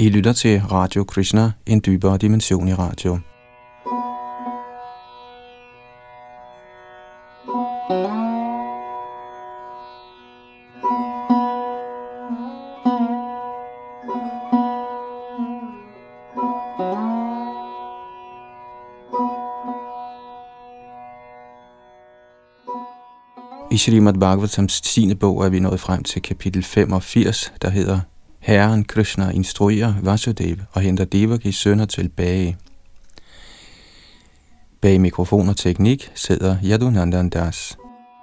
I lytter til Radio Krishna, en dybere dimension i radio. I Srimad Bhagavatams 10. bog er vi nået frem til kapitel 85, der hedder Herren Krishna instruerer Vasudev og henter Devakis sønner tilbage. Bag mikrofon og teknik sidder Yadunandan Das.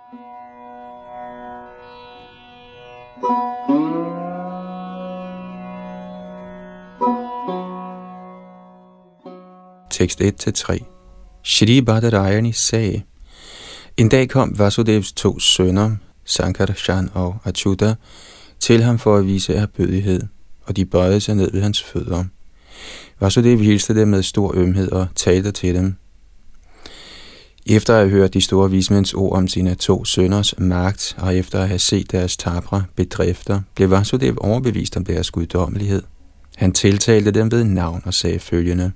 Tekst 1-3. Shri Badarayani sagde: En dag kom Vasudevs 2 sønner, Sankarshan og Achyuta, til ham for at vise ærbødighed, og de bøjede sig ned ved hans fødder. Vasudev hilste dem med stor ømhed og talte til dem. Efter at have hørt de store vismænds ord om sine 2 sønners magt, og efter at have set deres tapre bedrifter, blev Vasudev overbevist om deres guddommelighed. Han tiltalte dem ved navn og sagde følgende: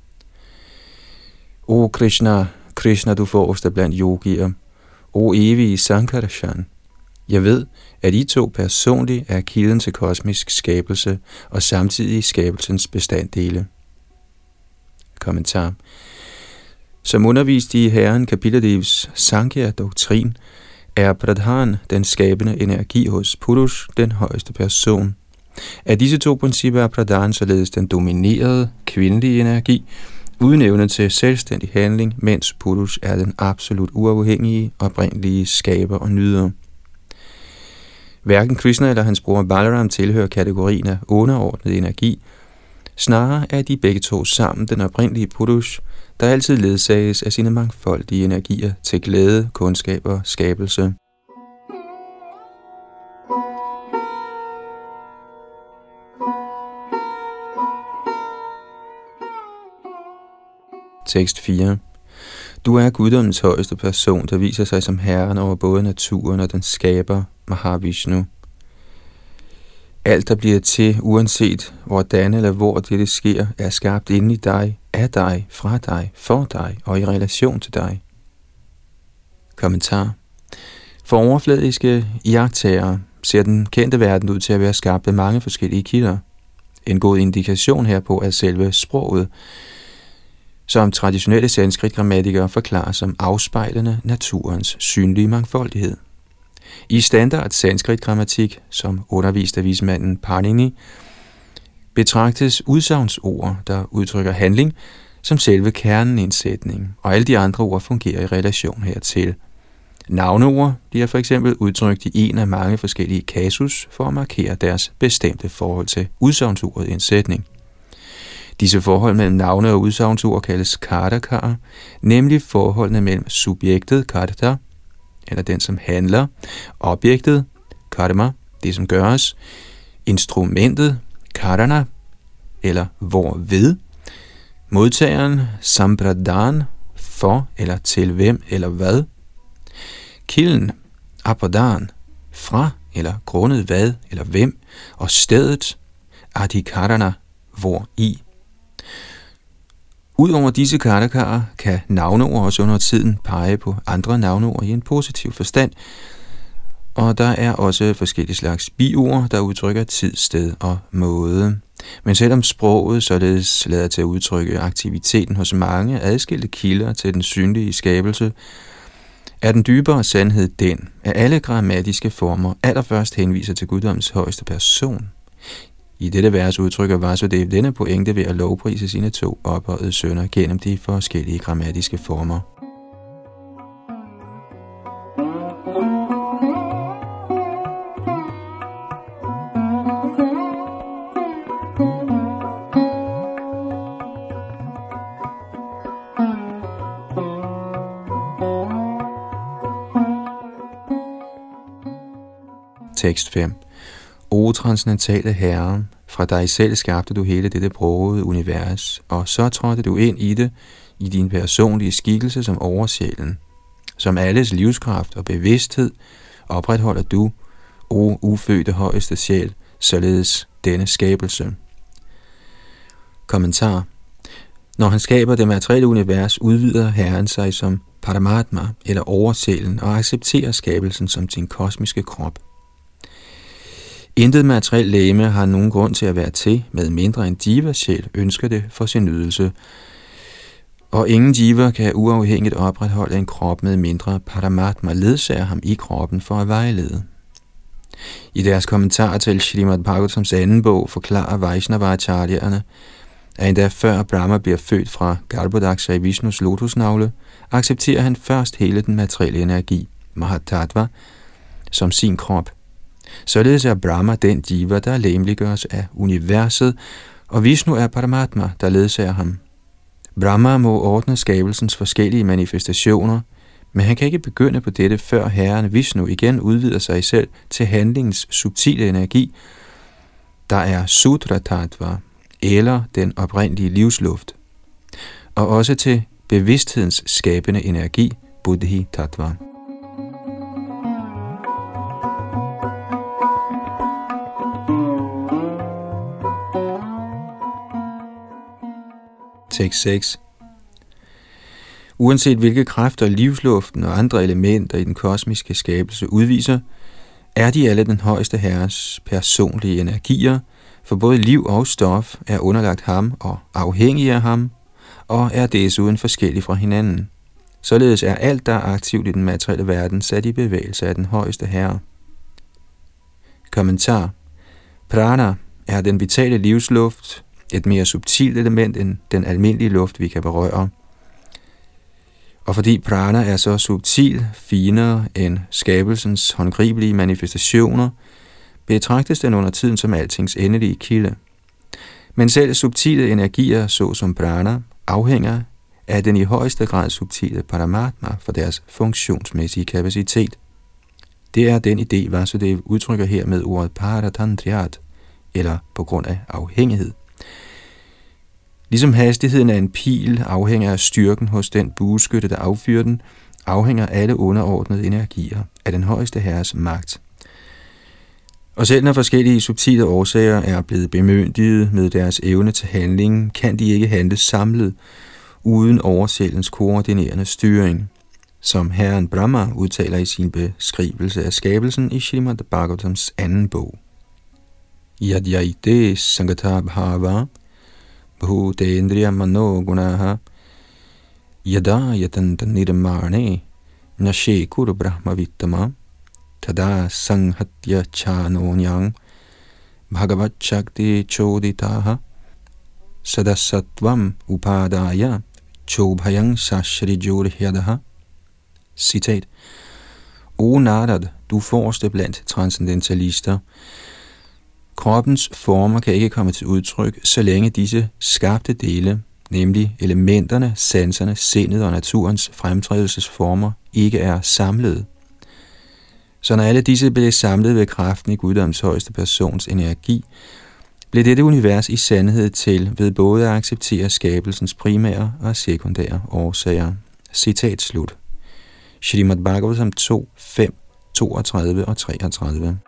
O Krishna, Krishna, du forreste blandt yogier. O evige Sankarshan, jeg ved, at I 2 personligt er kilden til kosmisk skabelse og samtidig skabelsens bestanddele. Kommentar. Som undervist i Herren Kapiladevs Sankhya-doktrin, er Pradhan den skabende energi hos Purush den højeste person. Af disse 2 principper er Pradhan således den dominerede kvindelige energi, uden evne til selvstændig handling, mens Purush er den absolut uafhængige, oprindelige skaber og nyder. Hverken Krishna eller hans bror Balaram tilhører kategorien af underordnet energi. Snarere er de begge 2 sammen den oprindelige Purush, der altid ledsages af sine mangfoldige energier til glæde, kundskab og skabelse. Tekst 4. Du er guddommens højeste person, der viser sig som herren over både naturen og den skaber, Mahavishnu. Alt, der bliver til, uanset hvordan eller hvor dette sker, er skabt inde i dig, af dig, fra dig, for dig og i relation til dig. Kommentar. For overfladiske iagttagere ser den kendte verden ud til at være skabt af mange forskellige kilder. En god indikation herpå er selve sproget, som traditionelle sanskrit-grammatikere forklarer som afspejlende naturens synlige mangfoldighed. I standard sanskrit-grammatik, som undervist af vismanden Panini, betragtes udsagnsord, der udtrykker handling, som selve kernen i en sætning, og alle de andre ord fungerer i relation hertil. Navneord bliver for eksempel udtrykt i en af mange forskellige kasus for at markere deres bestemte forhold til udsagnordet i en sætning. Disse forhold mellem navne og udsagnsord kaldes kartakaer, nemlig forholdene mellem subjektet, karta, eller den som handler, objektet, karma, det som gøres, instrumentet, karana, eller hvorved, modtageren, sampradhan, for eller til hvem eller hvad, kilden, apadan, fra eller grundet hvad eller hvem, og stedet, adhikarana, hvor i. Udover disse kartakaer kan navneord også under tiden pege på andre navneord i en positiv forstand, og der er også forskellige slags biord, der udtrykker tid, sted og måde. Men selvom sproget således lader til at udtrykke aktiviteten hos mange adskilte kilder til den synlige skabelse, er den dybere sandhed den, at alle grammatiske former allerførst henviser til guddommens højeste person. I dette vers udtrykker Vasudev denne pointe ved at lovprise sine 2 ophøjede sønner gennem de forskellige grammatiske former. Tekst 5. O transcendentale Herre, fra dig selv skabte du hele dette brogede univers, og så trådte du ind i det i din personlige skikkelse som oversjælen. Som alles livskraft og bevidsthed opretholder du, o ufødte højeste sjæl, således denne skabelse. Kommentar. Når han skaber det materielle univers, udvider Herren sig som Paramatma eller oversjælen og accepterer skabelsen som sin kosmiske krop. Intet materielt legeme har nogen grund til at være til, med mindre en jiva-sjæl ønsker det for sin nydelse, og ingen jiva kan uafhængigt opretholde en krop, med mindre Paramatma ledsager ham i kroppen for at vejlede. I deres kommentar til Srimad Bhagavatams anden bog forklarer Vaishnava-acharyerne, at endda før Brahma bliver født fra Garbhodaksha i Vishnus lotusnagle, accepterer han først hele den materielle energi, Mahatattva, som sin krop. Således er Brahma den jiva, der legemliggøres af universet, og Vishnu er Paramatma, der ledsager ham. Brahma må ordne skabelsens forskellige manifestationer, men han kan ikke begynde på dette, før Herren Vishnu igen udvider sig selv til handlingens subtile energi, der er Sudra Tattva, eller den oprindelige livsluft, og også til bevidsthedens skabende energi, Buddhi Tattva. Tekst 6. Uanset hvilke kræfter livsluften og andre elementer i den kosmiske skabelse udviser, er de alle den højeste herres personlige energier, for både liv og stof er underlagt ham og afhængige af ham, og er desuden forskellige fra hinanden. Således er alt, der er aktivt i den materielle verden, sat i bevægelse af den højeste herre. Kommentar. Prana er den vitale livsluft, et mere subtilt element end den almindelige luft, vi kan berøre. Og fordi prana er så subtil, finere end skabelsens håndgribelige manifestationer, betragtes den under tiden som altings endelige kilde. Men selv subtile energier, såsom prana, afhænger af den i højeste grad subtile Paramatma for deres funktionsmæssige kapacitet. Det er den idé, Vasudev udtrykker her med ordet paratandriyat, eller på grund af afhængighed. Ligesom hastigheden af en pil afhænger af styrken hos den bueskytte, der affyrer den, afhænger alle underordnede energier af den højeste herres magt. Og selv når forskellige subtile årsager er blevet bemyndiget med deres evne til handling, kan de ikke handle samlet, uden oversjælens koordinerende styring, som herren Brahma udtaler i sin beskrivelse af skabelsen i Srimad Bhagavatams anden bog. Yadyaite sangata bhava bhutendriya mano gunaha yada yatanta nirmane nashekur brahma vittama tada sanghatya chanonyang bhagavat shakti choditaha sadasattvam upadaya chobhayang sashrijurhyadaha. Citat. O Narad, du forreste blandt transcendentalister. Kroppens former kan ikke komme til udtryk, så længe disse skabte dele, nemlig elementerne, sanserne, sindet og naturens fremtrædelsesformer, ikke er samlet. Så når alle disse blev samlet ved kraften i Guddoms højeste persons energi, blev dette univers i sandhed til ved både at acceptere skabelsens primære og sekundære årsager. Citat slut. Srimad Bhagavatam 2, 5, 32 og 33.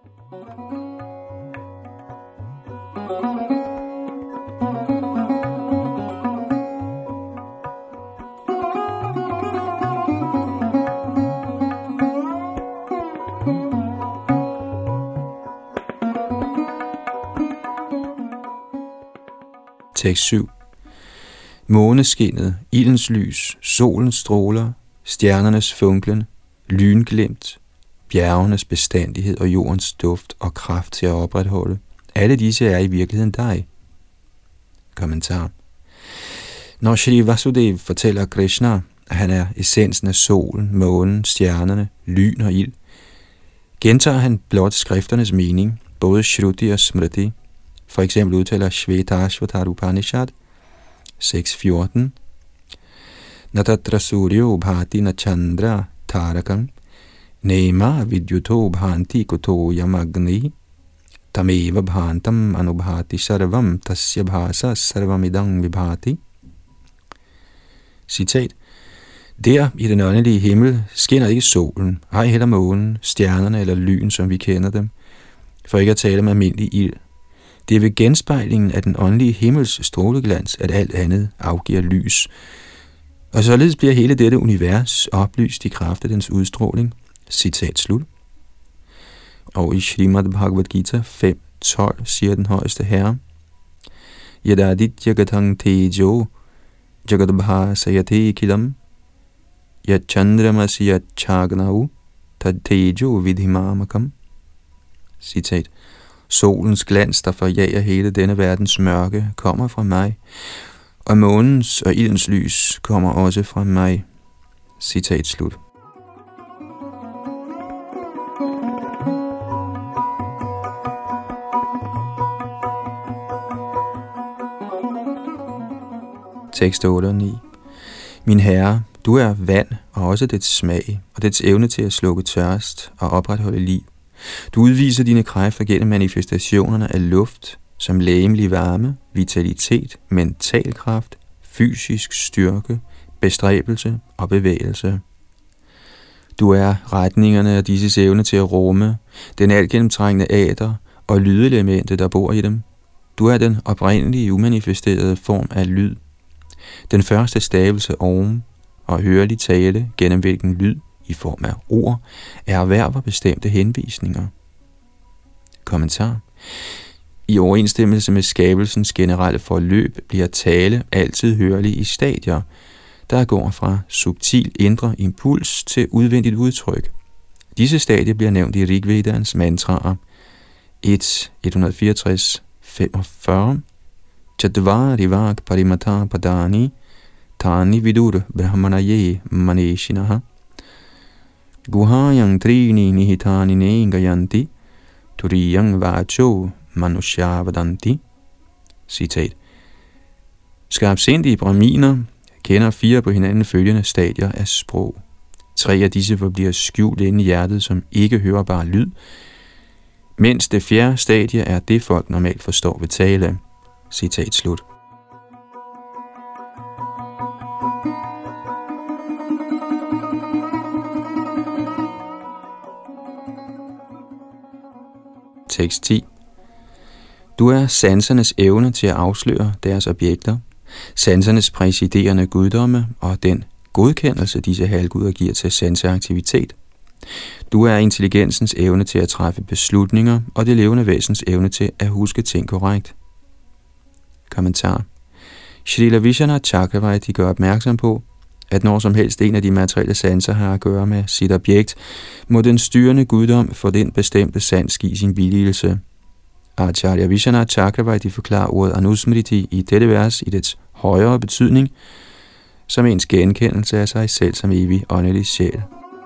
Tekst 7. Måneskinnet, ildens lys, solens stråler, stjernernes funklen, lynglimt, bjergenes bestandighed og jordens duft og kraft til at opretholde. Alle disse er i virkeligheden dig. Kommentar. Når Shri Vasudev fortæller Krishna, at han er essensen af solen, månen, stjernerne, lyn og ild, gentager han blot skrifternes mening, både Shruti og Smriti. For eksempel udtaler Shvetashvatar Upanishad 6.14 Natatra suryo bhati na chandra tarakam nema vidyuto bhanti kuto yamagni tameva bhantam anubhati sarvam tasya bhasa sarvamidang vibhati. Citat. Der i den åndelige himmel skinner ikke solen, ej heller månen, stjernerne eller lyn, som vi kender dem, for ikke at tale om almindelig ild. Det er ved genspejlingen af den åndelige himmels stråleglans, at alt andet afgiver lys. Og således bliver hele dette univers oplyst i kraft af dens udstråling. Citat slut. Og i Srimad Bhagavad Gita 5.12 siger den højeste herre: Yadaditya gatang tejo jagadbhasayate kilam yachandramasya chagnau tad tejo vidhimamakam. Citat. Solens glans, der forjager hele denne verdens mørke, kommer fra mig, og månens og ildens lys kommer også fra mig. Citat slut. Tekst 8 og 9. Min herre, du er vand og også dets smag, og dets evne til at slukke tørst og opretholde liv. Du udviser dine kræfter gennem manifestationerne af luft, som legemlig varme, vitalitet, mental kraft, fysisk styrke, bestræbelse og bevægelse. Du er retningerne af disses evne til at rumme, den altgennemtrængende æter og lydelementet, der bor i dem. Du er den oprindelige umanifesterede form af lyd. Den første stavelse om og hørelig tale, gennem hvilken lyd i form af ord er erhverver bestemte henvisninger. Kommentar. I overensstemmelse med skabelsens generelle forløb bliver tale altid hørelig i stadier, der går fra subtil indre impuls til udvendigt udtryk. Disse stadier bliver nævnt i Rigvedans mantraer 1, 164, 45, Chatvari vak parimata padani, Tani vidur brahmanaye maneshinaha, Guhayang trini nihitani negayanti, Turiyang vacho manushavadanti. Citat. Skarpsindige brahminer kender 4 på hinanden følgende stadier af sprog. 3 af disse forbliver skjult inde i hjertet som ikke hørbar lyd, mens det 4. stadie er det, folk normalt forstår ved tale. Citat slut. Tekst 10. Du er sansernes evne til at afsløre deres objekter, sansernes præsiderende guddomme og den godkendelse, disse halvguder giver til sanseaktivitet. Du er intelligensens evne til at træffe beslutninger og det levende væsens evne til at huske ting korrekt. Kommentar. Srila Vishwanath Chakravarti gør opmærksom på, at når som helst en af de materielle sanser har at gøre med sit objekt, må den styrende guddom for den bestemte sans give sin billigelse. Acharya Vishwanath Chakravarti forklarer ordet anusmriti i dette vers i dets højere betydning, som ens genkendelse af sig selv som evig åndelig sjæl.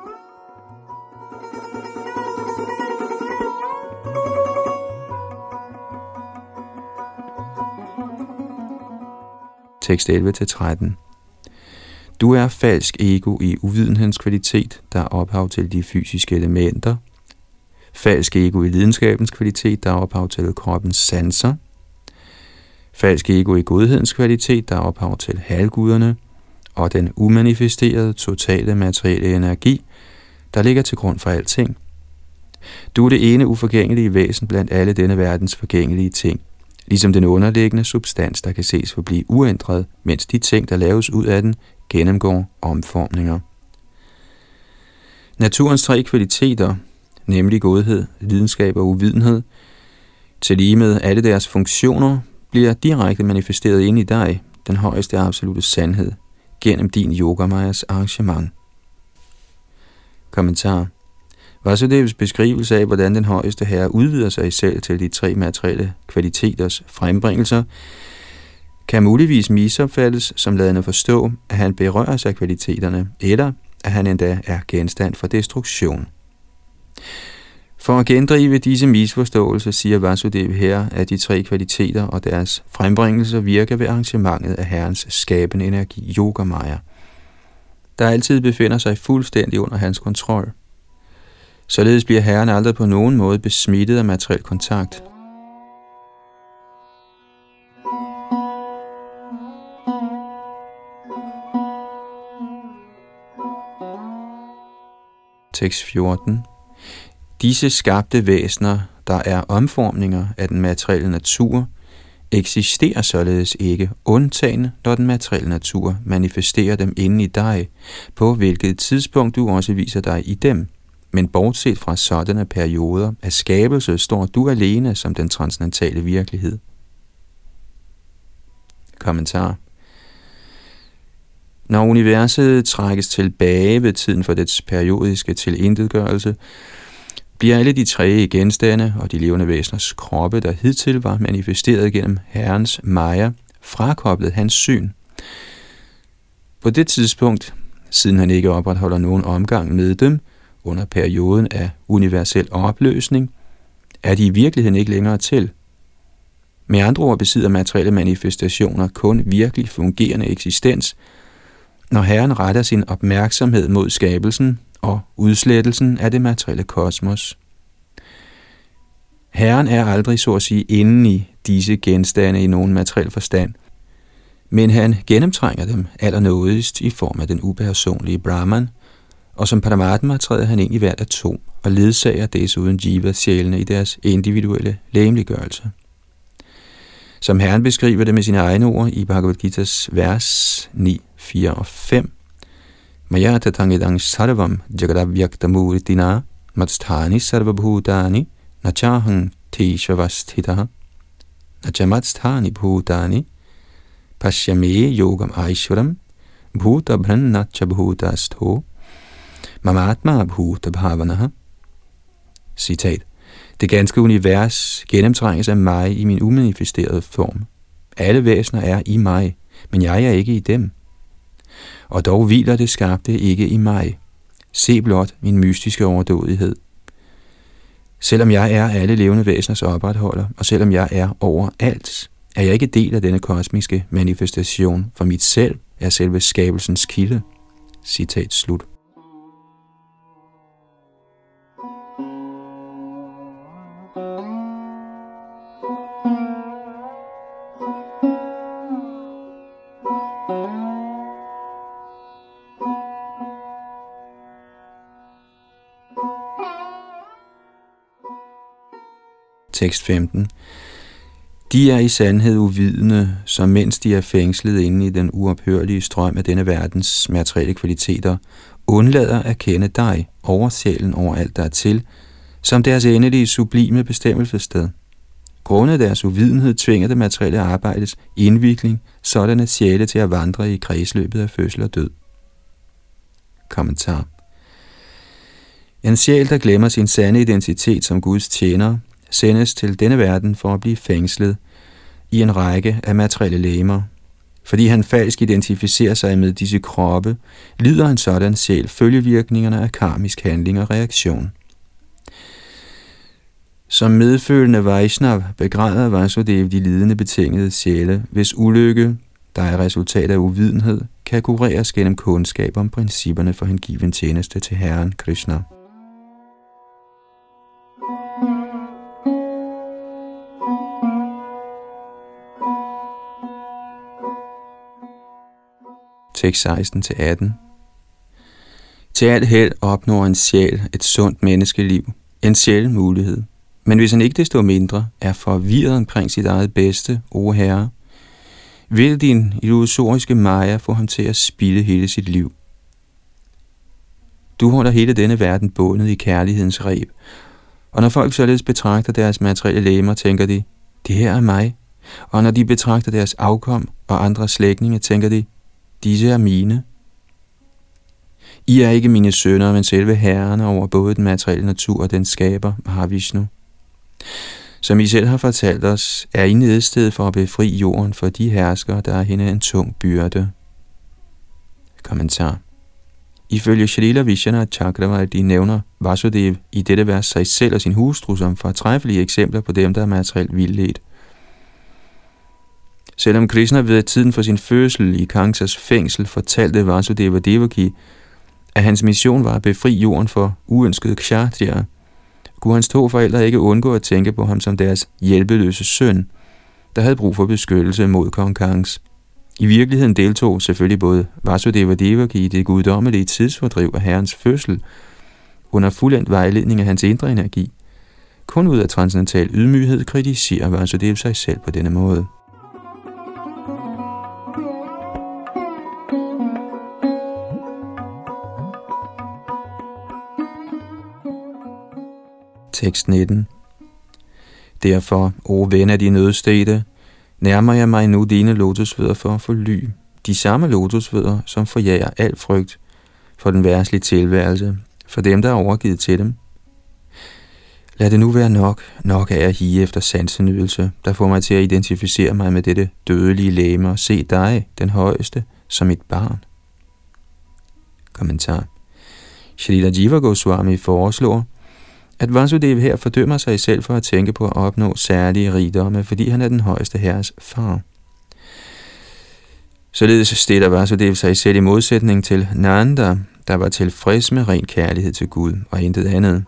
Tekst 11-13. Du er falsk ego i uvidenhedens kvalitet, der er ophav til de fysiske elementer. Falsk ego i lidenskabens kvalitet, der er ophav til kroppens sanser. Falsk ego i godhedens kvalitet, der er ophav til halvguderne. Og den umanifesterede, totale materielle energi, der ligger til grund for alting. Du er det ene uforgængelige væsen blandt alle denne verdens forgængelige ting, ligesom den underliggende substans, der kan ses forblive uændret, mens de ting, der laves ud af den, gennemgår omformninger. Naturens 3 kvaliteter, nemlig godhed, lidenskab og uvidenhed, tillige med alle deres funktioner, bliver direkte manifesteret ind i dig, den højeste absolute sandhed, gennem din yogamayas arrangement. Kommentar. Vasudevs beskrivelse af, hvordan den højeste herre udvider sig selv til de 3 materielle kvaliteters frembringelser, kan muligvis misopfattes som ladende forstå, at han berører sig af kvaliteterne, eller at han endda er genstand for destruktion. For at gendrive disse misforståelser siger Vasudev her, at de 3 kvaliteter og deres frembringelser virker ved arrangementet af herrens skabende energi, Yogamaya, der altid befinder sig fuldstændig under hans kontrol. Således bliver herren aldrig på nogen måde besmittet af materiel kontakt. Tekst 14. Disse skabte væsener, der er omformninger af den materielle natur, eksisterer således ikke, undtagen når den materielle natur manifesterer dem inde i dig, på hvilket tidspunkt du også viser dig i dem. Men bortset fra sådanne perioder af skabelse, står du alene som den transcendentale virkelighed. Kommentar. Når universet trækkes tilbage ved tiden for dets periodiske tilintetgørelse, bliver alle de tre genstande og de levende væseners kroppe, der hidtil var manifesteret gennem Herrens Maya, frakoblet hans syn. På det tidspunkt, siden han ikke opretholder nogen omgang med dem, under perioden af universel opløsning, er de i virkeligheden ikke længere til. Med andre ord besidder materielle manifestationer kun virkelig fungerende eksistens, når Herren retter sin opmærksomhed mod skabelsen og udslettelsen af det materielle kosmos. Herren er aldrig så at sige inde i disse genstande i nogen materiel forstand, men han gennemtrænger dem allernådigst i form af den upersonlige Brahman, og som Paramatma træder han ind i hvert atom og ledsager desuden jiva-sjælene i deres individuelle legemliggørelse. Som Herren beskriver det med sine egne ord i Bhagavad Gita's vers 9, 4 og 5. Maya tatangedang sarvam jagadavyaktamuritina matsthani sarvabhutani nachahang teshvavasthitaha nachamatsthani bhutani pashyame yogam aishvaram bhutabhran nachabhutastho mamatma bhutabhavanaha. Citat. Det ganske univers gennemtrænges af mig i min umanifesterede form. Alle væsener er i mig, men jeg er ikke i dem. Og dog hviler det skabte ikke i mig. Se blot min mystiske overdådighed. Selvom jeg er alle levende væseners opretholder, og selvom jeg er overalt, er jeg ikke del af denne kosmiske manifestation, for mit selv er selve skabelsens kilde. Citat slut. Tekst 15. De er i sandhed uvidende, som mens de er fængslet inde i den uophørlige strøm af denne verdens materielle kvaliteter, undlader at kende dig, oversjælen over alt der er til, som deres endelige sublime bestemmelsessted. Grundet deres uvidenhed tvinger det materielle arbejdes indvikling sådanne sjæle til at vandre i kredsløbet af fødsel og død. Kommentar. En sjæl, der glemmer sin sande identitet som Guds tjener, sendes til denne verden for at blive fængslet i en række af materielle legemer. Fordi han falsk identificerer sig med disse kroppe, lider en sådan sjæl følgevirkningerne af karmisk handling og reaktion. Som medfølende Vaishnav begræder Vasudev de lidende betingede sjæle, hvis ulykke, der er resultat af uvidenhed, kan kureres gennem kundskab om principperne for hengiven tjeneste til Herren Krishna. Tekst 16-18. Til alt held opnår en sjæl et sundt menneskeliv, en sjælden mulighed. Men hvis han ikke desto mindre er forvirret omkring sit eget bedste, o Herre, vil din illusoriske Maya få ham til at spilde hele sit liv. Du holder hele denne verden bundet i kærlighedens reb, og når folk således betragter deres materielle legemer, tænker de, det her er mig, og når de betragter deres afkom og andre slægtninge, tænker de, disse er mine. I er ikke mine sønner, men selve herrerne over både den materielle natur og den skaber, Mahavishnu. Som I selv har fortalt os, er I nedsted for at befri jorden for de herskere, der er hende en tung byrde. Kommentar. Ifølge Shrila Vishwanath Chakravarti nævner Vasudev i dette vers sig selv og sin hustru som fortræffelige eksempler på dem, der er materielt vildledt. Selvom Krishna ved tiden for sin fødsel i Kangsas fængsel fortalte Vasudeva Devaki, at hans mission var at befri jorden for uønskede kshatriyer, kunne hans to forældre ikke undgå at tænke på ham som deres hjælpeløse søn, der havde brug for beskyttelse mod kong Kangs. I virkeligheden deltog selvfølgelig både Vasudeva Devaki i det guddommelige tidsfordriv af herrens fødsel, under fuldendt vejledning af hans indre energi, kun ud af transcendental ydmyghed kritiserer Vasudeva sig selv på denne måde. Tekst 19. Derfor, o ven af de nødstedte, nærmer jeg mig nu dine lotusfødder for at få ly. De samme lotusfødder, som forjager al frygt for den verdslige tilværelse, for dem, der er overgivet til dem. Lad det nu være nok af at hige efter sansenydelse, der får mig til at identificere mig med dette dødelige legeme og se dig, den højeste, som et barn. Kommentar. Shrila Jiva Goswami foreslår, at Vasudeva her fordømmer sig selv for at tænke på at opnå særlige rigdomme, fordi han er den højeste herres far. Således stiller Vasudeva sig selv i modsætning til Nanda, der var tilfreds med ren kærlighed til Gud og intet andet.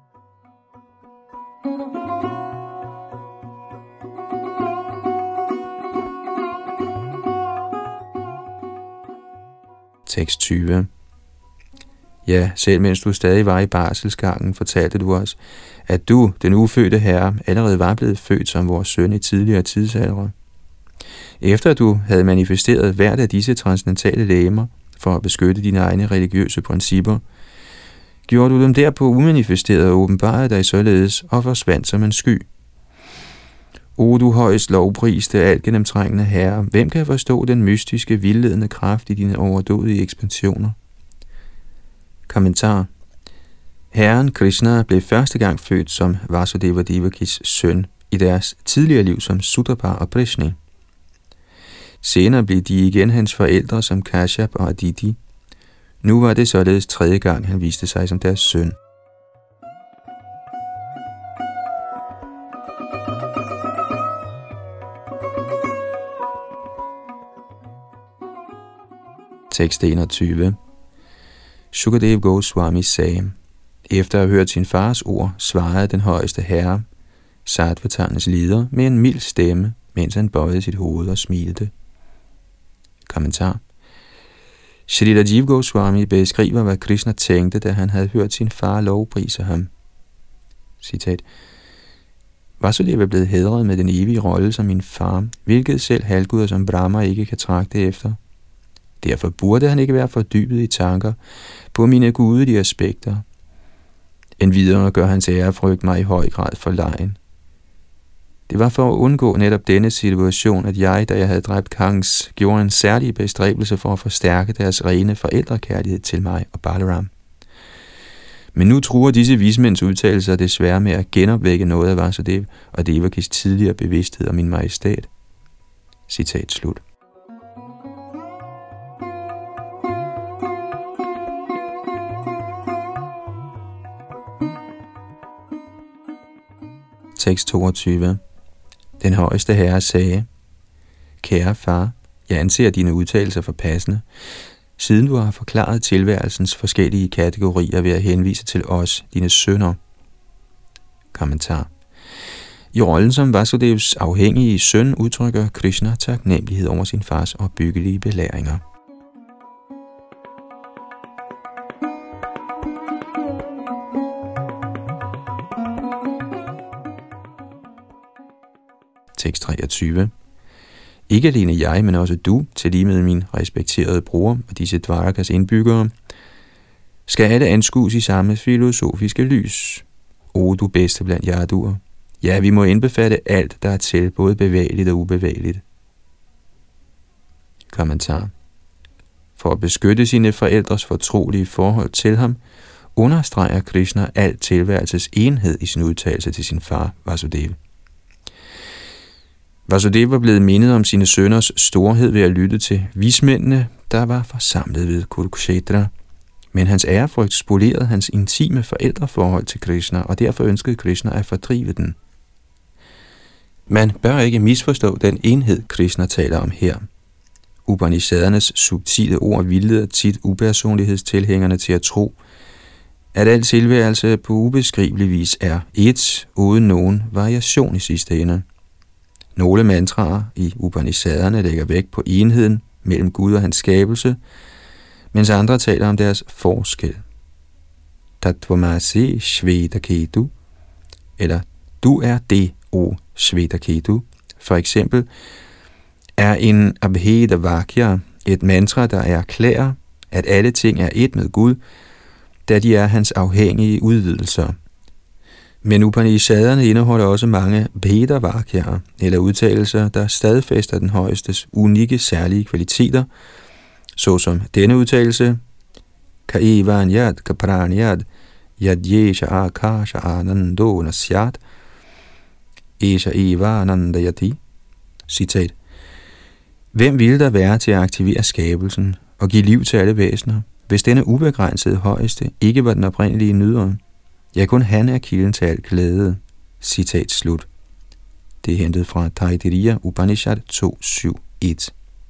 Tekst 20. Ja, selv mens du stadig var i barselsgangen, fortalte du os, at du, den ufødte herre, allerede var blevet født som vores søn i tidligere tidsaldre. Efter at du havde manifesteret hvert af disse transcendentale legemer for at beskytte dine egne religiøse principper, gjorde du dem derpå umanifesteret og åbenbarede dig således og forsvandt som en sky. O du højst lovpriste, alt gennemtrængende herre, hvem kan forstå den mystiske, vildledende kraft i dine overdådige ekspansioner? Kommentar. Herren Krishna blev første gang født som Vasudeva Devakis søn i deres tidligere liv som Suddapa og Prishni. Senere blev de igen hans forældre som Kashyap og Aditi. Nu var det således tredje gang, han viste sig som deres søn. Tekst 21. Shukadev Goswami sagde, efter at have hørt sin fars ord, svarede den højeste herre, Sattvatarnes leder, med en mild stemme, mens han bøjede sit hoved og smilte. Kommentar. Shrila Jiva Goswami beskriver, hvad Krishna tænkte, da han havde hørt sin far lovprise ham. Citat. Vasudeva er blevet hædret med den evige rolle som min far, hvilket selv halvguder som Brahma ikke kan tragte efter. Derfor burde han ikke være fordybet i tanker på mine gudelige aspekter. Endvidere gør hans ærefrygt mig i høj grad forlegen. Det var for at undgå netop denne situation, at jeg, da jeg havde dræbt Kangs, gjorde en særlig bestræbelse for at forstærke deres rene forældrekærlighed til mig og Balaram. Men nu truer disse vismænds udtalelser desværre med at genopvække noget af Vasudeva og Devakis tidligere bevidsthed om min majestæt. Citat slut. Tekst 22. Den højeste herre sagde, kære far, jeg anser dine udtalelser for passende, siden du har forklaret tilværelsens forskellige kategorier ved at henvise til os, dine sønner. Kommentar. I rollen som Vasudevs afhængige søn udtrykker Krishna taknemmelighed over sin fars opbyggelige belæringer. Tekst 23. Ikke alene jeg, men også du, til lige med min respekterede bror og disse dvarakas indbyggere, skal alle anskues i samme filosofiske lys. O du bedste blandt jaduer. Ja, vi må indbefatte alt, der er til, både bevægeligt og ubevægeligt. Kommentar. For at beskytte sine forældres fortrolige forhold til ham, understreger Krishna alt tilværelses enhed i sin udtalelse til sin far, Vasudeva. Vasudeva var blevet mindet om sine sønners storhed ved at lytte til vismændene, der var forsamlet ved Kurukshetra. Men hans ærefrygt spolerede hans intime forældreforhold til Krishna, og derfor ønskede Krishna at fordrive den. Man bør ikke misforstå den enhed, Krishna taler om her. Upanishadernes subtile ord vildleder tit upersonlighedstilhængerne til at tro, at al tilværelse på ubeskrivelig vis er ét, uden nogen variation i sidste ende. Nogle mantraer i Upanishaderne lægger vægt på enheden mellem Gud og hans skabelse, mens andre taler om deres forskel. Tatvamasi Shvetaketu, eller du er det, o Shvetaketu, for eksempel, er en Abheda Vakya et mantra, der erklærer, at alle ting er et med Gud, da de er hans afhængige udvidelser. Men Upanishaderne indeholder også mange Bheda-vakyaer, eller udtalelser, der stadfæster den højestes unikke særlige kvaliteter, såsom denne udtalelse, Kaevanyad kapranyad yadyesha akasha anando nasyat esha eva anandayati. Citat. Hvem ville der være til at aktivere skabelsen og give liv til alle væsener, hvis denne ubegrænsede højeste ikke var den oprindelige nyder? Ja, kun han er kilden til al glæde. Citat slut. Det er hentet fra Taittiriya Upanishad 2.7.1.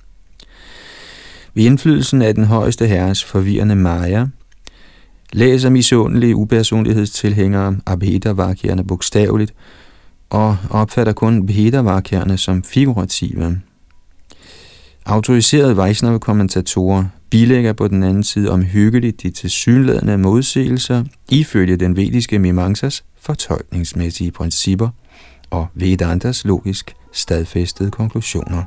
Ved indflydelsen af den højeste herres forvirrende Maya, læser misundelige upersonlighedstilhængere Abheda-vakyaerne bogstaveligt og opfatter kun Bheda-vakyaerne som figurative. Autoriserede Vaishnava-kommentatorer bilægger på den anden side omhyggeligt de tilsyneladende modsigelser ifølge den vediske Mimamsas fortolkningsmæssige principper og Vedantas logisk stadfæstede konklusioner.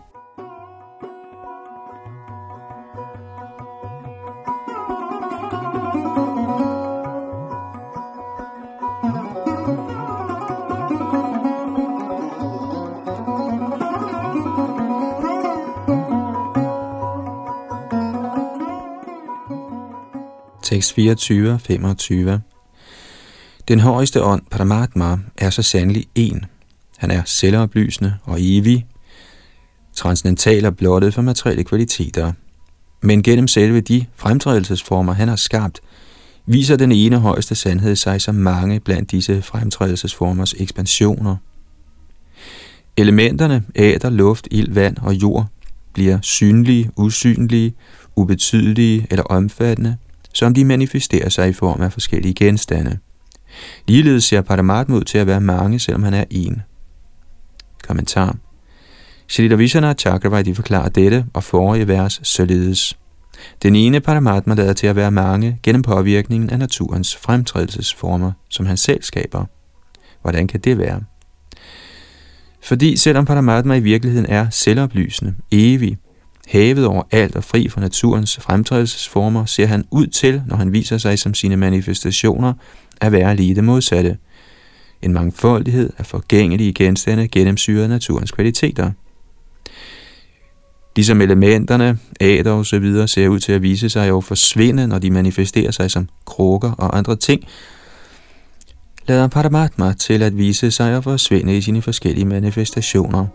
Tekst 24-25. Den højeste ånd, Paramatma, er så sandelig en. Han er selvoplysende og evig, transcendental og blottet for materielle kvaliteter. Men gennem selve de fremtrædelsesformer, han har skabt, viser den ene højeste sandhed sig som mange blandt disse fremtrædelsesformers ekspansioner. Elementerne, æter, luft, ild, vand og jord, bliver synlige, usynlige, ubetydelige eller omfattende, som de manifesterer sig i form af forskellige genstande. Ligeledes ser Paramatma ud til at være mange, selvom han er en. Kommentar. Shrita Vishwanath Chakravarti forklarer dette og forrige vers således. Den ene Paramatma lader til at være mange gennem påvirkningen af naturens fremtrædelsesformer, som han selv skaber. Hvordan kan det være? Fordi selvom Paramatma i virkeligheden er selvoplysende, evig, hævet over alt og fri fra naturens fremtrædelsesformer, ser han ud til, når han viser sig som sine manifestationer, at være lige det modsatte. En mangfoldighed af forgængelige genstande gennemsyrer naturens kvaliteter. Ligesom elementerne, æter og så videre ser ud til at vise sig og forsvinde, når de manifesterer sig som krukker og andre ting, lader Paramatma til at vise sig og forsvinde i sine forskellige manifestationer.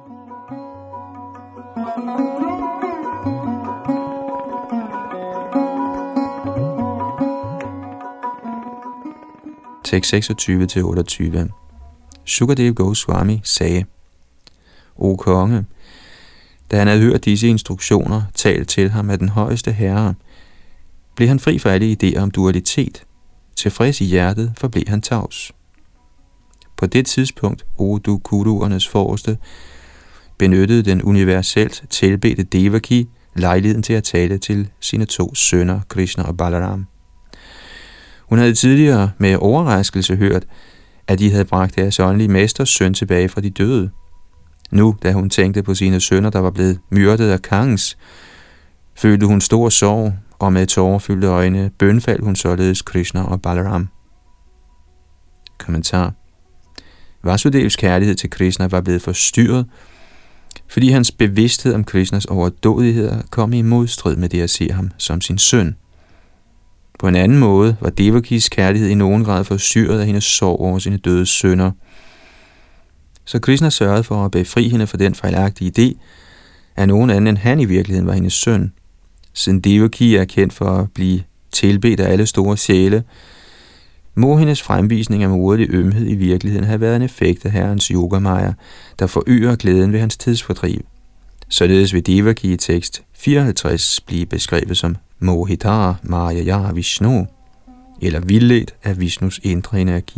Tekst 26-28. Shukadev Goswami sagde: O konge, da han havde hørt disse instruktioner talt til ham af den højeste herre, blev han fri for alle idéer om dualitet. Tilfreds i hjertet forblev han tavs. På det tidspunkt, o du kuruernes forreste, benyttede den universelt tilbedte Devaki lejligheden til at tale til sine to sønner, Krishna og Balaram. Hun havde tidligere med overraskelse hørt, at de havde bragt deres åndelige mesters søn tilbage fra de døde. Nu, da hun tænkte på sine sønner, der var blevet myrdet af Kangs, følte hun stor sorg, og med tårerfyldte øjne bønfaldt hun således Krishna og Balaram. Kommentar. Vasudevs kærlighed til Krishna var blevet forstyrret, fordi hans bevidsthed om Krishnas overdådigheder kom i modstrid med det at se ham som sin søn. På en anden måde var Devakis kærlighed i nogen grad forstyrret af hendes sorg over sine døde sønner. Så Krishna sørgede for at befri hende for den fejlagtige idé, at nogen anden end han i virkeligheden var hendes søn. Siden Devaki er kendt for at blive tilbedt af alle store sjæle, må hendes fremvisning af moderlig ømhed i virkeligheden have været en effekt af herrens yogamaya, der forøger glæden ved hans tidsfordriv. Således vil Devaki i tekst 54 blive beskrevet som Mohita Maya Vishnu, eller vildledt af Vishnus indre energi.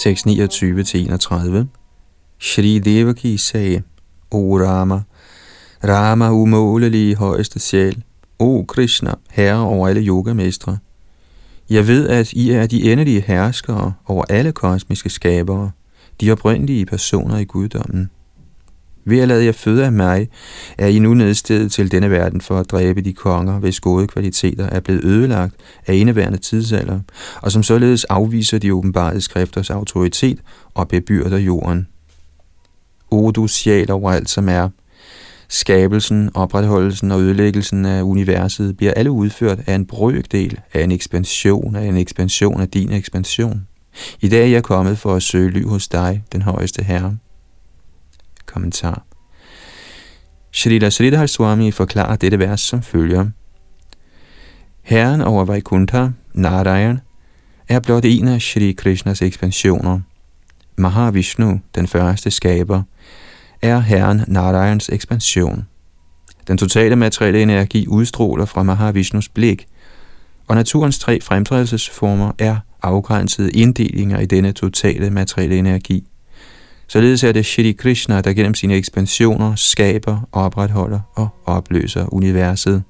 Tekst 29-31. Shri Devaki sagde: O Rama, Rama umålelige højeste sjæl, O Krishna, herre over alle yogamestre, jeg ved, at I er de endelige herskere over alle kosmiske skabere, de oprindelige personer i guddommen. Ved at lade jer føde af mig, er I nu nedstedet til denne verden for at dræbe de konger, hvis gode kvaliteter er blevet ødelagt af indeværende tidsalder, og som således afviser de åbenbarede skrifters autoritet og bebyrder jorden. O du sjæl over alt som er, skabelsen, opretholdelsen og ødelæggelsen af universet bliver alle udført af en brøkdel af en ekspansion af din ekspansion. I dag er jeg kommet for at søge ly hos dig, den højeste herre. Kommentar. Shrila Sridhar Swami forklarer dette vers som følger. Herren over Vaikuntha, Narayan, er blot en af Shri Krishnas ekspansioner. Mahavishnu, den første skaber, er herren Narayans ekspansion. Den totale materielle energi udstråler fra Mahavishnus blik, og naturens 3 fremtrædelsesformer er afgrænsede inddelinger i denne totale materielle energi. Således er det Shri Krishna, der gennem sine ekspansioner skaber, opretholder og opløser universet.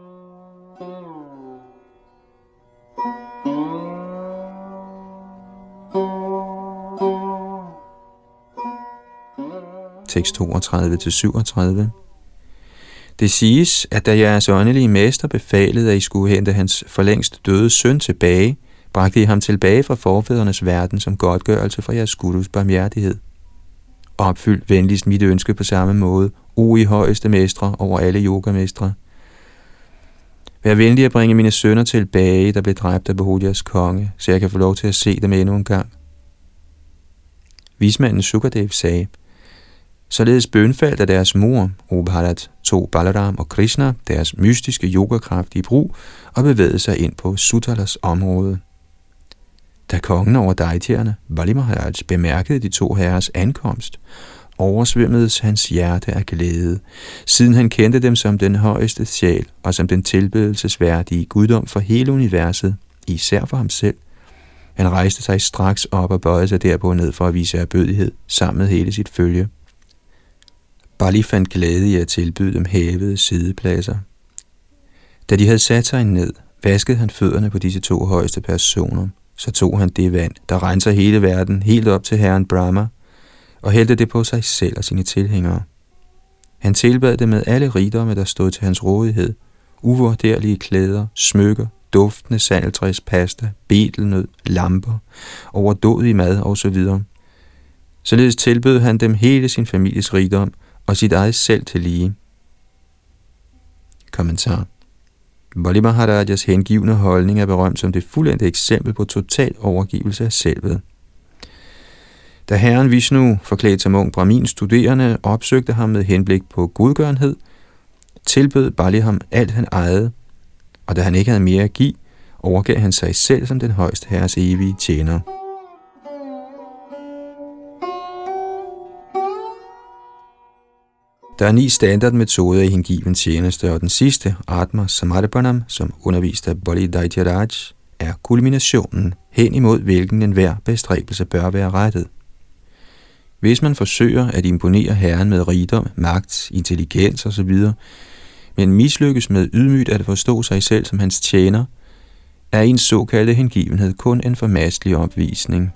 Tekst 32-37. Det siges, at da jeres åndelige mester befalede, at I skulle hente hans for længst døde søn tilbage, bragte I ham tilbage fra forfædrenes verden som godtgørelse for jeres gurus barmhjertighed. Opfyld venligst mit ønske på samme måde, o I højeste mestre over alle yogamestre. Vær venlig at bringe mine sønner tilbage, der blev dræbt af Bahudias konge, så jeg kan få lov til at se dem endnu en gang. Vismanden Sukadev sagde: således bønfaldt af deres mor, O Bharat, tog Balaram og Krishna deres mystiske yogakraft i brug og bevægede sig ind på Sutalas område. Da kongen over dejtierne, Bali Maharaj, bemærkede de 2 herres ankomst, oversvømmedes hans hjerte af glæde, siden han kendte dem som den højeste sjæl og som den tilbedelsesværdige guddom for hele universet, især for ham selv. Han rejste sig straks op og bøjede sig derpå ned for at vise ærbødighed sammen med hele sit følge. Bali fandt glæde i at tilbyde dem hævede siddepladser. Da de havde sat sig ned, vaskede han fødderne på disse 2 højeste personer. Så tog han det vand, der renser hele verden, helt op til herren Brahma, og hældte det på sig selv og sine tilhængere. Han tilbad det med alle rigdomme, der stod til hans rådighed, uvurderlige klæder, smykker, duftende sandeltræs, pasta, betelnød, lamper, overdådig mad osv. Således tilbød han dem hele sin families rigdom og sit eget selv til lige. Kommentar. Bali Maharajas hengivne holdning er berømt som det fuldendte eksempel på total overgivelse af selvet. Da herren Vishnu, forklædt som ung brahmin studerende, opsøgte ham med henblik på godgørenhed, tilbød Bali ham alt han ejede, og da han ikke havde mere at give, overgav han sig selv som den højeste herres evige tjener. Der er 9 standardmetoder i hengiven tjeneste, og den sidste, Atma Samarpanam, som undervist af Bali Daityaraj, er kulminationen hen imod hvilken enhver bestræbelse bør være rettet. Hvis man forsøger at imponere herren med rigdom, magt, intelligens osv., men mislykkes med ydmygt at forstå sig selv som hans tjener, er ens såkaldte hengivenhed kun en formastelig opvisning.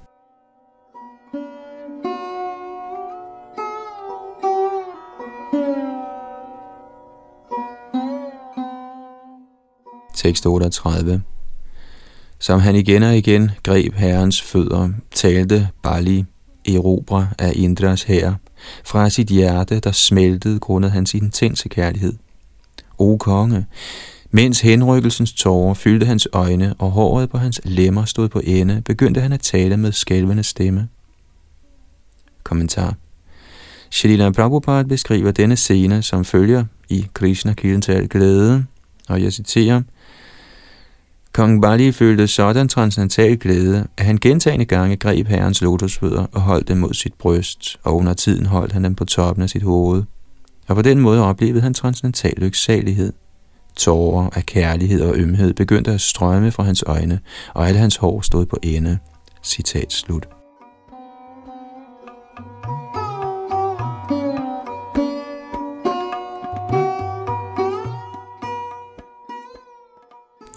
Tekst 38. Som han igen og igen greb herrens fødder, talte Bali, erobrer af Indras hær, fra sit hjerte, der smeltede grundet hans intense kærlighed. O konge, mens henrykkelsens tårer fyldte hans øjne, og håret på hans lemmer stod på ende, begyndte han at tale med skælvende stemme. Kommentar. Shrila Prabhupada beskriver denne scene som følger i Krishna-kilden til al glæde, og jeg citerer: Kong Bali følte sådan transcendental glæde, at han gentagne gange greb herrens lotusfødder og holdt dem mod sit bryst, og under tiden holdt han dem på toppen af sit hoved. Og på den måde oplevede han transcendental lyksalighed. Tårer af kærlighed og ømhed begyndte at strømme fra hans øjne, og alle hans hår stod på ende. Citat slut.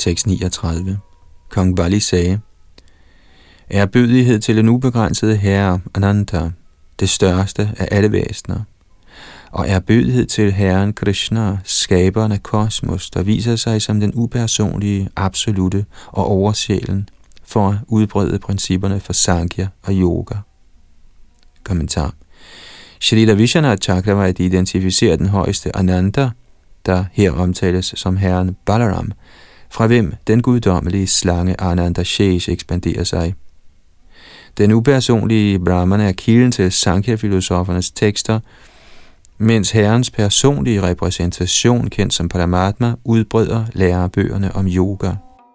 Tekst 39. Kong Bali sagde: Ærbødighed til den ubegrænsede herre Ananta, det største af alle væsener, og ærbødighed til herren Krishna, skaberen af kosmos, der viser sig som den upersonlige, absolute og oversjælen for at udbrede principperne for Sankhya og yoga. Kommentar. Shrila Vishwanath Chakravarti identificerer den højeste Ananta, der her omtales som herren Balaram, fra hvem den guddommelige slange Ananta Shesh ekspanderer sig. Den upersonlige Brahman er kilden til Sankhya-filosofernes tekster, mens herrens personlige repræsentation, kendt som Paramatma, udbreder lærebøgerne om yoga.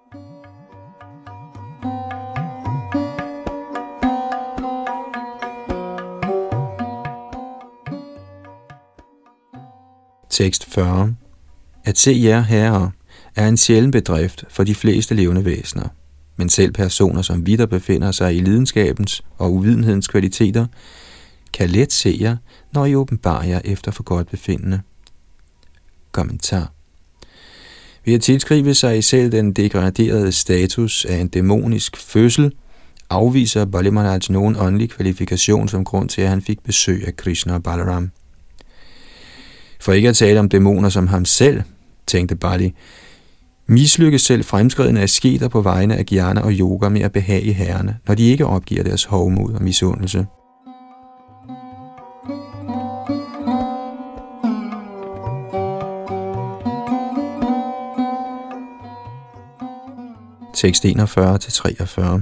Tekst 40. At se jer herrer er en sjælden bedrift for de fleste levende væsener, men selv personer, som videre befinder sig i lidenskabens og uvidenhedens kvaliteter, kan let se jer, når I åbenbarer jer efter for godt befindende. Kommentar. Ved at tilskrive sig selv den degraderede status af en dæmonisk fødsel, afviser Bali Maharaj nogen åndelig kvalifikation som grund til, at han fik besøg af Krishna og Balaram. For ikke at tale om dæmoner som ham selv, tænkte Bali, mislykkes selv fremskridende asketer på vegne af jnana og yoga med at behage herrerne, når de ikke opgiver deres hovmod og misundelse. Tekst 41-43.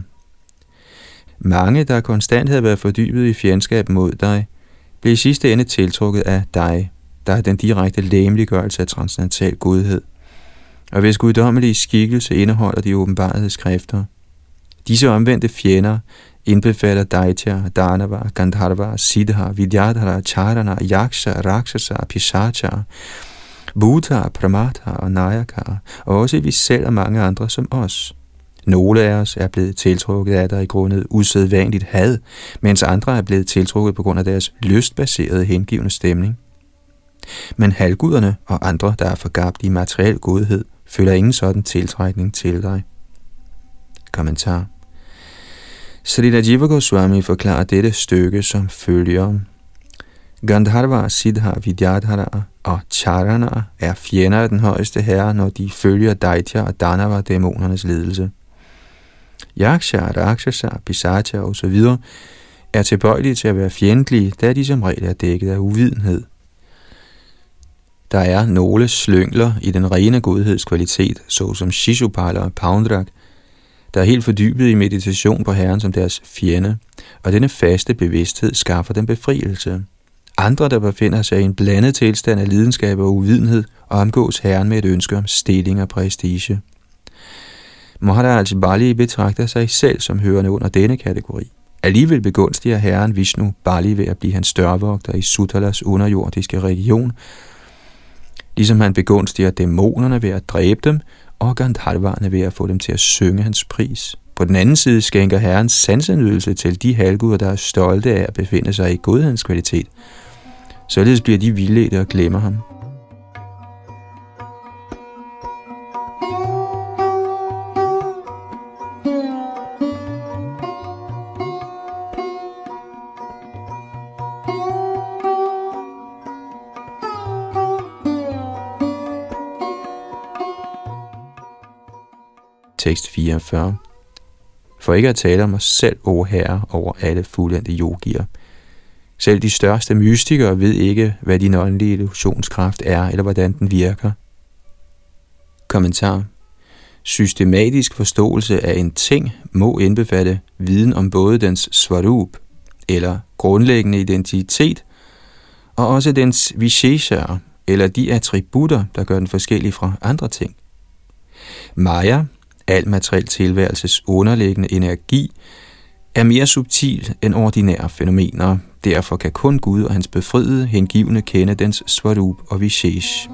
Mange, der konstant havde været fordybet i fjendskab mod dig, blev i sidste ende tiltrukket af dig, der er den direkte legemliggørelse af transcendental godhed, og hvis guddommelige skikkelse indeholder de åbenbarede skrifter. Disse omvendte fjender indbefatter Daitya, Danava, Gandharva, Siddha, Vidyadhara, Charana, Yaksha, Rakshasa, Pishacha, Bhuta, Pramata og Nayaka, og også vi selv og mange andre som os. Nogle af os er blevet tiltrukket af dig i grundet usædvanligt had, mens andre er blevet tiltrukket på grund af deres lystbaserede hengivende stemning. Men halvguderne og andre, der er forgabt i materiel godhed, føler ingen sådan tiltrækning til dig. Kommentar. Srila Jiva Goswami forklarer dette stykke som følger. Gandharva, Siddha, Vidyadhara og Charana er fjender af den højeste herre, når de følger Daitya og Danava, dæmonernes ledelse. Yaksha, Rakshasa, Pishacha osv. er tilbøjelige til at være fjendtlige, da de som regel er dækket af uvidenhed. Der er nogle slyngler i den rene godhedskvalitet, såsom Shishupala og Paundrak, der er helt fordybet i meditation på Herren som deres fjende, og denne faste bevidsthed skaffer dem befrielse. Andre, der befinder sig i en blandet tilstand af lidenskab og uvidenhed, omgås Herren med et ønske om stilling og prestige. Maharaj Bali betragter sig selv som hørende under denne kategori. Alligevel begunstiger Herren Vishnu Bali ved at blive hans dørvogter i Sutalas underjordiske region, ligesom han begunstiger dæmonerne ved at dræbe dem, og Gandharvarne ved at få dem til at synge hans pris. På den anden side skænker Herren sansenydelse til de halvguder, der er stolte af at befinde sig i godhedens kvalitet. Således bliver de vildledte og glemmer ham. Tekst 44. For ikke at tale om os selv, o herre, over alle fuldendte yogier. Selv de største mystikere ved ikke, hvad din åndelige illusionskraft er, eller hvordan den virker. Kommentar. Systematisk forståelse af en ting må indbefatte viden om både dens svarup, eller grundlæggende identitet, og også dens visheshaer, eller de attributter, der gør den forskellig fra andre ting. Maya, al materiel tilværelses underliggende energi, er mere subtil end ordinære fænomener. Derfor kan kun Gud og hans befriede hengivne kende dens svarup og vishesh.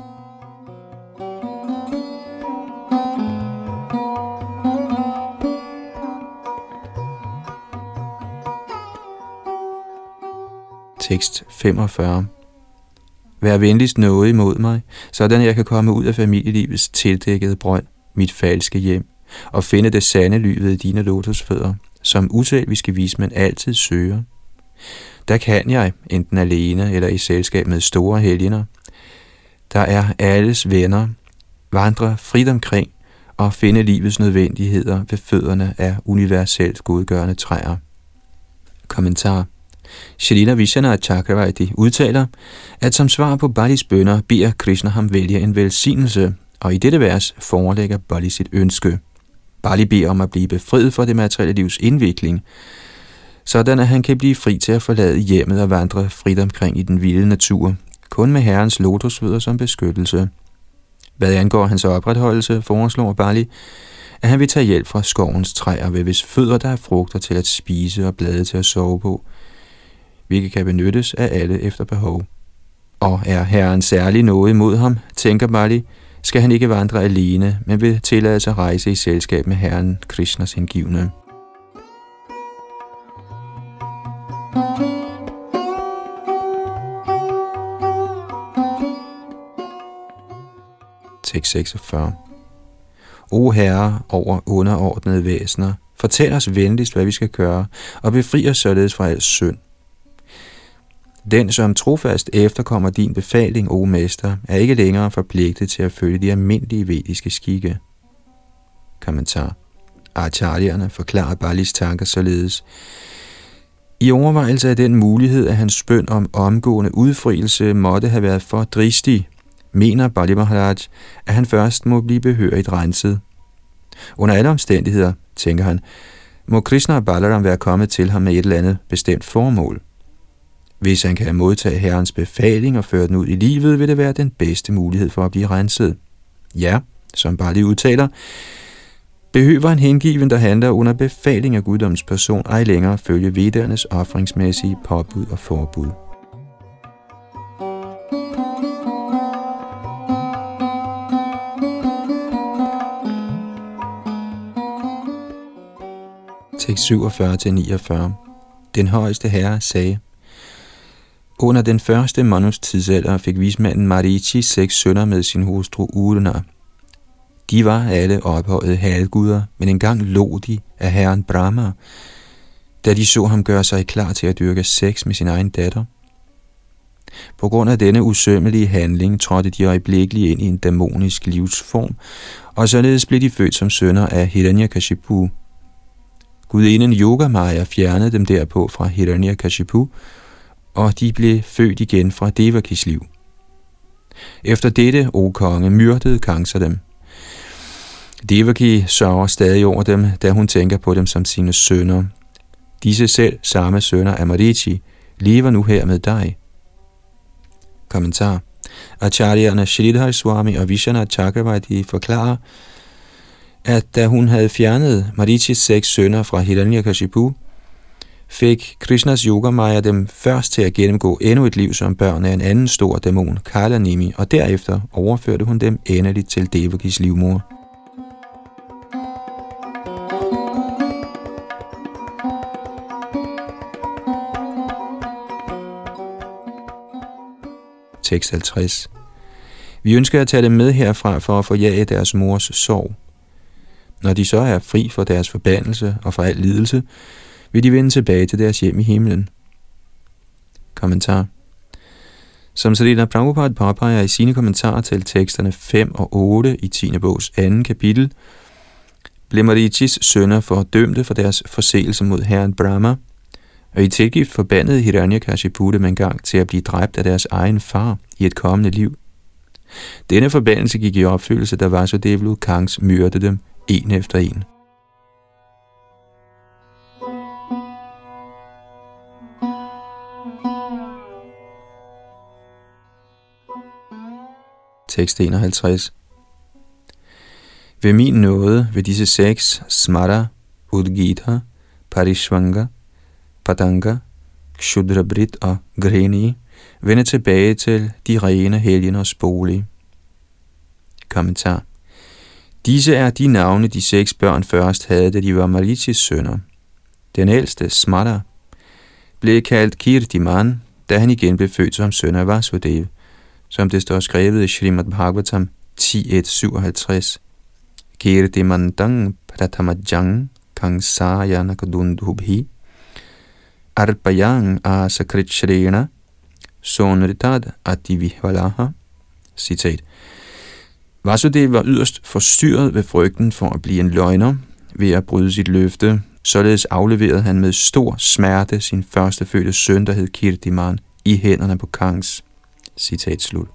Tekst 45. Vær venligst nådig imod mig, sådan jeg kan komme ud af familielivets tildækkede brønd. mit falske hjem, og finde det sande ly ved dine lotusfødder, som uselviske vismænd altid søger. Der kan jeg, enten alene eller i selskab med store helgener, der er alles venner, vandre frit omkring og finde livets nødvendigheder ved fødderne af universelt godgørende træer. Kommentar. Shrila Vishwanath Chakravarti udtaler, at som svar på Balis bønner beder Krishna ham vælge en velsignelse, og i dette vers forelægger Bali sit ønske. Bali beder om at blive befriet fra det materielle livs indvikling, sådan at han kan blive fri til at forlade hjemmet og vandre frit omkring i den vilde natur, kun med Herrens lotusfødder som beskyttelse. Hvad angår hans opretholdelse, foreslår Bali, at han vil tage hjælp fra skovens træer, ved hvis fødder der er frugter til at spise og blade til at sove på, hvilket kan benyttes af alle efter behov. Og er Herren særlig noget imod ham, tænker Bali, skal han ikke vandre alene, men vil tillade sig at rejse i selskab med Herren Krishnas hengivne. Tekst 46. O Herre over underordnede væsener, fortæl os venligst, hvad vi skal gøre, og befri os således fra al synd. Den, som trofast efterkommer din befaling, o Mester, er ikke længere forpligtet til at følge de almindelige vediske skikke. Kommentar. Acharyerne forklarer Balis tanker således. I overvejelse af den mulighed, at hans bøn om omgående udfrielse måtte have været for dristig, mener Bali Maharaj, at han først må blive behørigt renset. Under alle omstændigheder, tænker han, må Krishna og Balaram være kommet til ham med et eller andet bestemt formål. Hvis han kan modtage Herrens befaling og føre den ud i livet, vil det være den bedste mulighed for at blive renset. Ja, som Bali udtaler, behøver en hengiven, der handler under befaling af guddoms person, ej længere følge vedernes ofringsmæssige påbud og forbud. Tekst 47-49. Den højeste herre sagde: Under den første Manus tidsalder fik vismanden Marichi 6 sønner med sin hustru Urna. De var alle ophøjede halvguder, men engang lå de af herren Brahma, da de så ham gøre sig klar til at dyrke sex med sin egen datter. På grund af denne usømmelige handling trådte de øjeblikkeligt ind i en dæmonisk livsform, og således blev de født som sønner af Hiranyakashipu. Gudinden Yogamaya fjernede dem derpå fra Hiranyakashipu, og de blev født igen fra Devakis liv. Efter dette, o konge, myrdede Kansa dem. Devaki sørger stadig over dem, da hun tænker på dem som sine sønner. Disse selv samme sønner af Marichi lever nu her med dig. Kommentar. Acharyerne Sridhar Swami og Vishwanath Chakravarti forklarer, at da hun havde fjernet Marichis 6 sønner fra Hiranyakashipu, fik Krishnas Yogamaya dem først til at gennemgå endnu et liv som børn af en anden stor dæmon, Kalanimi, og derefter overførte hun dem endeligt til Devakis livmor. Tekst 50. Vi ønsker at tage dem med herfra for at forjage deres mors sorg. Når de så er fri for deres forbandelse og for al lidelse, vil de vende tilbage til deres hjem i himlen. Kommentar. Som Srila Prabhupada påpeger i sine kommentarer til teksterne 5 og 8 i 10. bogs 2. kapitel, blev Marichis sønner fordømte for deres forseelse mod herren Brahma, og i tilgift forbandede Hiranyakashipu dem engang til at blive dræbt af deres egen far i et kommende liv. Denne forbandelse gik i opfyldelse, da Vasudeva Kangs myrdede dem en efter en. Tekst 51. Ved min nåde vil disse 6, Smara, Udgita, Parishvanga, Padanga, Kshudrabrit og Greni, vende tilbage til de rene helgeners bolig. Kommentar. Disse er de navne, de 6 børn først havde, da de var Marichis sønner. Den ældste, Smara, blev kaldt Kirtiman, da han igen blev født som søn af Vasudeva, som det står skrevet i Srimad Bhagavatam 10.1.57. Kirtimantang pratamajang kangsaya nakadundhubhi arpayang asakritshreena sonritad ativihvalaha. Citat. Vasudeva var yderst forstyrret ved frygten for at blive en løgner ved at bryde sit løfte. Således afleverede han med stor smerte sin førstefødte søn, der hed Kirtiman, i hænderne på Kangs. Citat slut.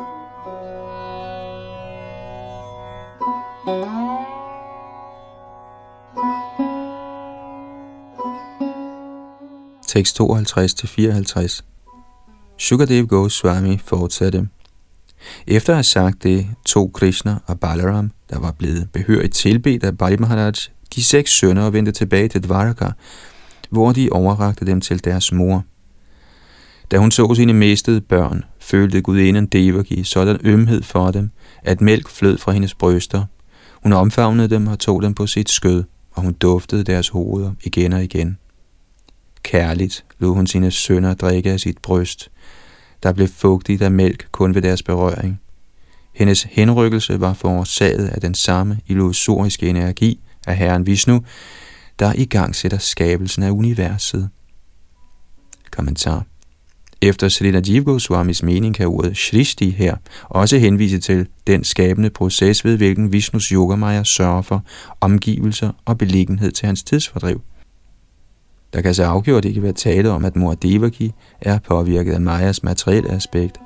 Tekst 52-54. Shukadev Goswami fortsatte. Efter at have sagt det, tog Krishna og Balaram, der var blevet behørigt tilbedt af Bali Maharaj, de 6 sønner og vendte tilbage til Dvaraka, hvor de overrakte dem til deres mor. Da hun så sine mistede børn, følte gudinden Devaki sådan ømhed for dem, at mælk flød fra hendes bryster. Hun omfavnede dem og tog dem på sit skød, og hun duftede deres hoveder igen og igen. Kærligt lod hun sine sønner drikke af sit bryst, der blev fugtigt af mælk kun ved deres berøring. Hendes henrykkelse var forårsaget af den samme illusoriske energi af Herren Vishnu, der i gang sætter skabelsen af universet. Kommentar. Efter Srila Jiva Goswamis mening kan ordet Shrishti her også henvise til den skabende proces, ved hvilken Vishnus Yogamaya sørger for omgivelser og beliggenhed til hans tidsfordriv. Der kan så afgjort ikke være tale om, at mor Devaki er påvirket af Mayas materielle aspekt.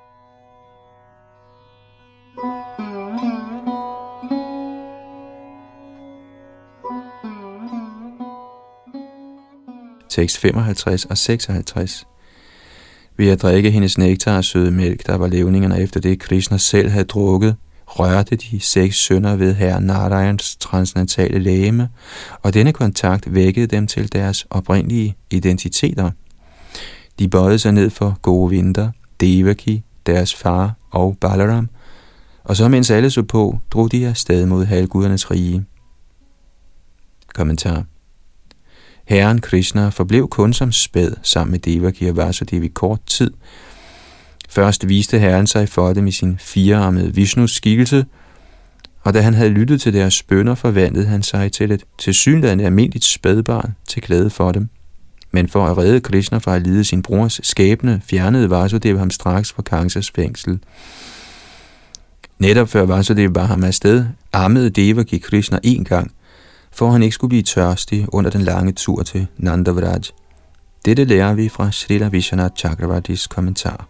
Tekst 55 og 56. Ved at drikke hendes nektar og søde mælk, der var levningerne efter det, Krishna selv havde drukket, rørte de 6 sønner ved herre Narayans transcendentale legeme, og denne kontakt vækkede dem til deres oprindelige identiteter. De bøjede sig ned for Govinda, Devaki, deres far og Balaram, og så mens alle så på, drog de afsted mod halvgudernes rige. Kommentar. Herren Krishna forblev kun som spæd sammen med Devaki og Vasudev i kort tid. Først viste Herren sig for dem i sin 4-armede Vishnus skikkelse, og da han havde lyttet til deres bønner, forvandlede han sig til et tilsyneladende almindeligt spædbarn til glæde for dem. Men for at redde Krishna fra at lide sin brors skæbne, fjernede Vasudev ham straks fra Kangsas fængsel. Netop før Vasudev var ham afsted, ammede Devaki Krishna 1 gang, for han ikke skulle blive tørstig under den lange tur til Nandavraj. Dette lærer vi fra Srila Vishwanath Chakravartis kommentar.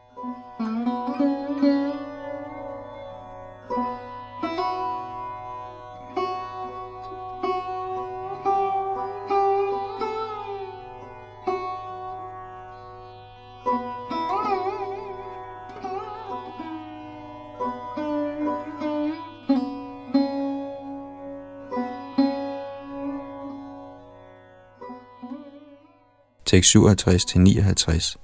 Tekst 57-59.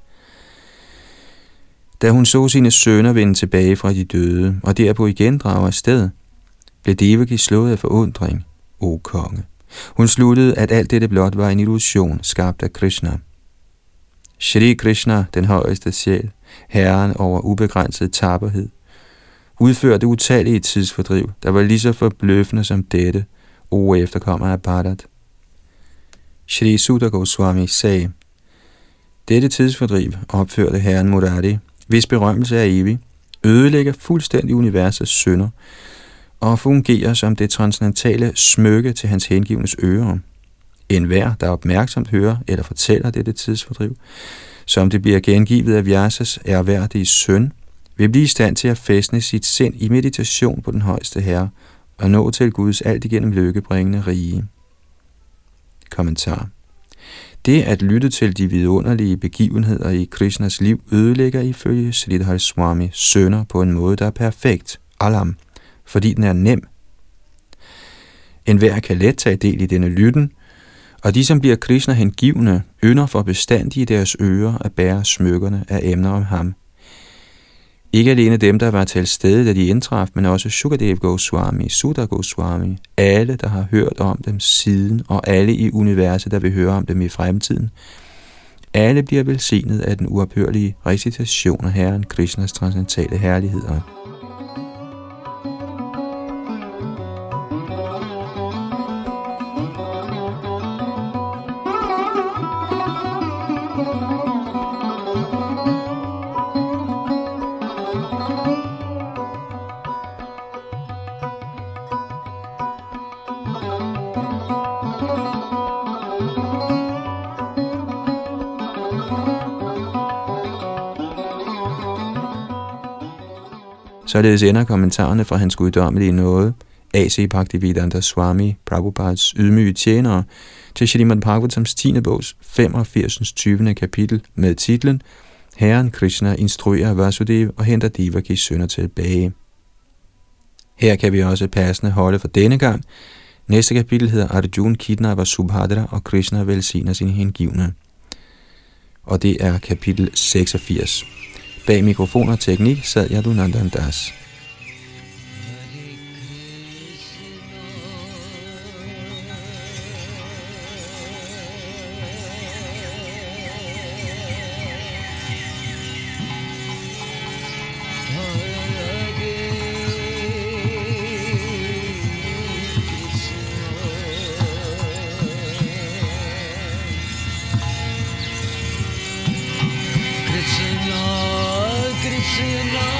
Da hun så sine sønner vende tilbage fra de døde, og derpå igen drage afsted, blev Devaki slået af forundring, o konge. Hun sluttede, at alt dette blot var en illusion, skabt af Krishna. Shri Krishna, den højeste sjæl, herren over ubegrænset tapperhed, udførte utallige tidsfordriv, der var lige så forbløffende som dette, o efterkommer af Bharat. Shri Sudha Goswami sagde, dette tidsfordriv opførte herren Murari, hvis berømmelse er evig, ødelægger fuldstændig universets synder og fungerer som det transcendentale smykke til hans hengivnes ører. Enhver, der opmærksomt hører eller fortæller dette tidsfordriv, som det bliver gengivet af Vyasas ærværdige søn, vil blive i stand til at fæstne sit sind i meditation på den højeste herre og nå til Guds alt igennem lykkebringende rige. Kommentar. Det at lytte til de vidunderlige begivenheder i Krishnas liv ødelægger ifølge Sridhar Swami sønner på en måde, der er perfekt, alam, fordi den er nem. Enhver kan let tage del i denne lytten, og de, som bliver Krishna hengivne, ynder for bestandig i deres ører at bære smykkerne af emner om ham. Ikke alene dem, der var til stede, da de indtraf, men også Shukadev Goswami, Sudha Goswami, alle, der har hørt om dem siden, og alle i universet, der vil høre om dem i fremtiden. Alle bliver velsignet af den uophørlige recitation af Herren Krishnas transcendentale herligheder. Således ender kommentarerne fra hans guddommelige nåde, A.C. Bhaktivedanta Swami Prabhupads ydmyge tjenere, til Srimad Bhagavatams 10. bogs 85. 20. kapitel med titlen Herren Krishna instruerer Vasudev og henter Devakis sønner tilbage. Her kan vi også passende holde for denne gang. Næste kapitel hedder Arjuna kidnapper Subhadra og Krishna velsigner sine hengivne. Og det er kapitel 86. Bag mikrofon og teknik sad Yadunandan Das. Krishna